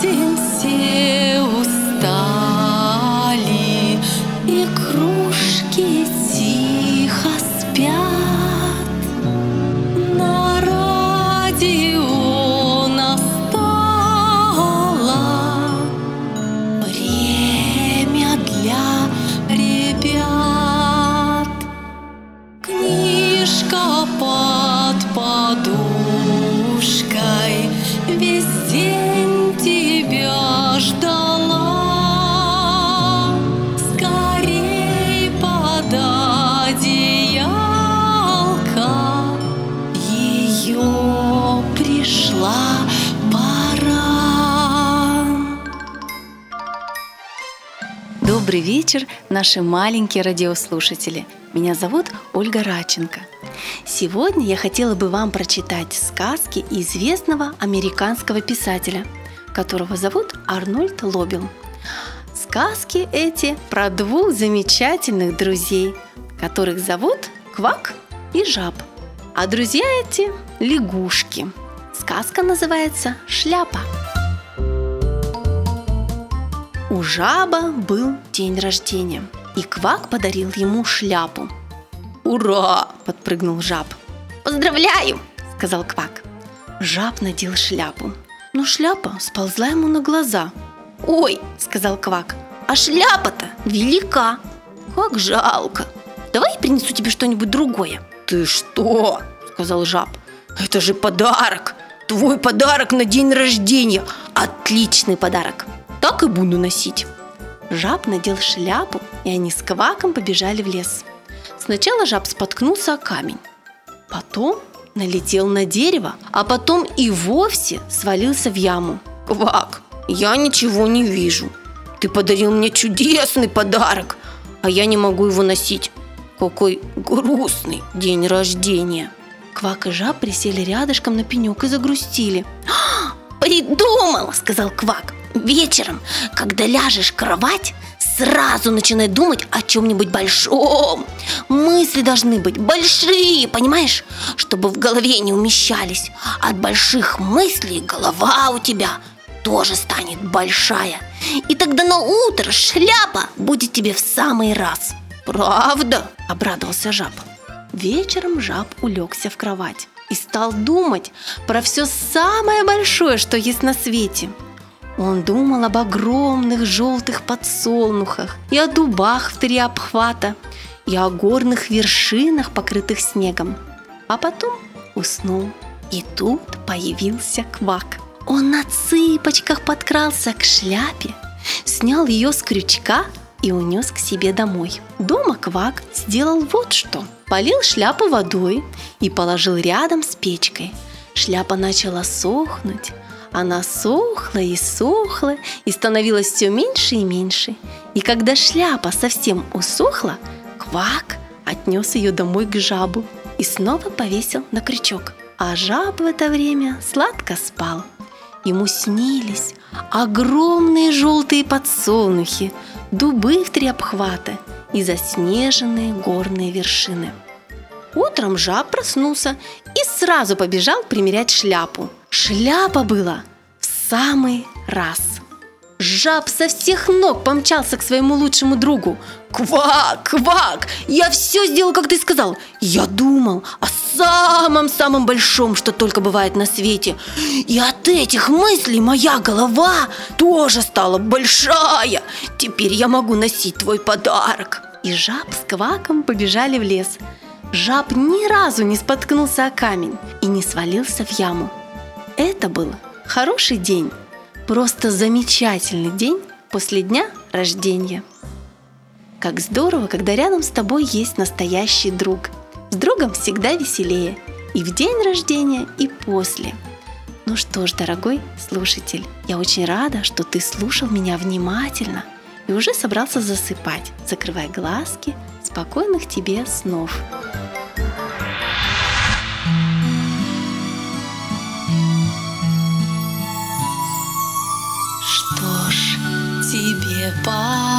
день все устали, и кружки тихо спят. На радио настало время для ребят. Книжка под подушкой весь день тебя ждала. Скорей под одеялко, ее пришла пора. Добрый вечер, наши маленькие радиослушатели. Меня зовут Ольга Радченко. Сегодня я хотела бы вам прочитать сказки известного американского писателя, которого зовут Арнольд Лобел. Сказки эти про двух замечательных друзей, которых зовут Квак и Жаб. А друзья эти – лягушки. Сказка называется «Шляпа». У Жаба был день рождения, и Квак подарил ему шляпу. «Ура!» – подпрыгнул Жаб. «Поздравляю!» – сказал Квак. Жаб надел шляпу, но шляпа сползла ему на глаза. «Ой!» – сказал Квак. «А шляпа-то велика! Как жалко! Давай я принесу тебе что-нибудь другое!» «Ты что?» – сказал Жаб. «Это же подарок! Твой подарок на день рождения! Отличный подарок! Так и буду носить!» Жаб надел шляпу, и они с Кваком побежали в лес. Сначала Жаб споткнулся о камень, потом налетел на дерево, а потом и вовсе свалился в яму. «Квак, я ничего не вижу. Ты подарил мне чудесный подарок, а я не могу его носить. Какой грустный день рождения!» Квак и Жаб присели рядышком на пенек и загрустили. «Придумал!» – сказал Квак. «Вечером, когда ляжешь в кровать, сразу начинай думать о чем-нибудь большом. Мысли должны быть большие, понимаешь? Чтобы в голове не умещались. От больших мыслей голова у тебя тоже станет большая. И тогда на утро шляпа будет тебе в самый раз». «Правда?» – обрадовался Жаб. Вечером Жаб улегся в кровать и стал думать про все самое большое, что есть на свете. Он думал об огромных желтых подсолнухах и о дубах в 3 обхвата, и о горных вершинах, покрытых снегом. А потом уснул. И тут появился Квак. Он на цыпочках подкрался к шляпе, снял ее с крючка и унес к себе домой. Дома Квак сделал вот что. Полил шляпу водой и положил рядом с печкой. Шляпа начала сохнуть. Она сохла и сохла, и становилась все меньше и меньше. И когда шляпа совсем усохла, Квак отнес ее домой к Жабу и снова повесил на крючок. А Жаб в это время сладко спал. Ему снились огромные желтые подсолнухи, дубы в 3 обхвата и заснеженные горные вершины. Утром Жаб проснулся и сразу побежал примерять шляпу. Шляпа была в самый раз. Жаб со всех ног помчался к своему лучшему другу. «Квак, Квак, я все сделал, как ты сказал. Я думал о самом-самом большом, что только бывает на свете. И от этих мыслей моя голова тоже стала большая. Теперь я могу носить твой подарок». И Жаб с Кваком побежали в лес. Жаб ни разу не споткнулся о камень и не свалился в яму. Это был хороший день, просто замечательный день после дня рождения. Как здорово, когда рядом с тобой есть настоящий друг. С другом всегда веселее и в день рождения, и после. Ну что ж, дорогой слушатель, я очень рада, что ты слушал меня внимательно и уже собрался засыпать. Закрывай глазки, спокойных тебе снов. Что ж, тебе пора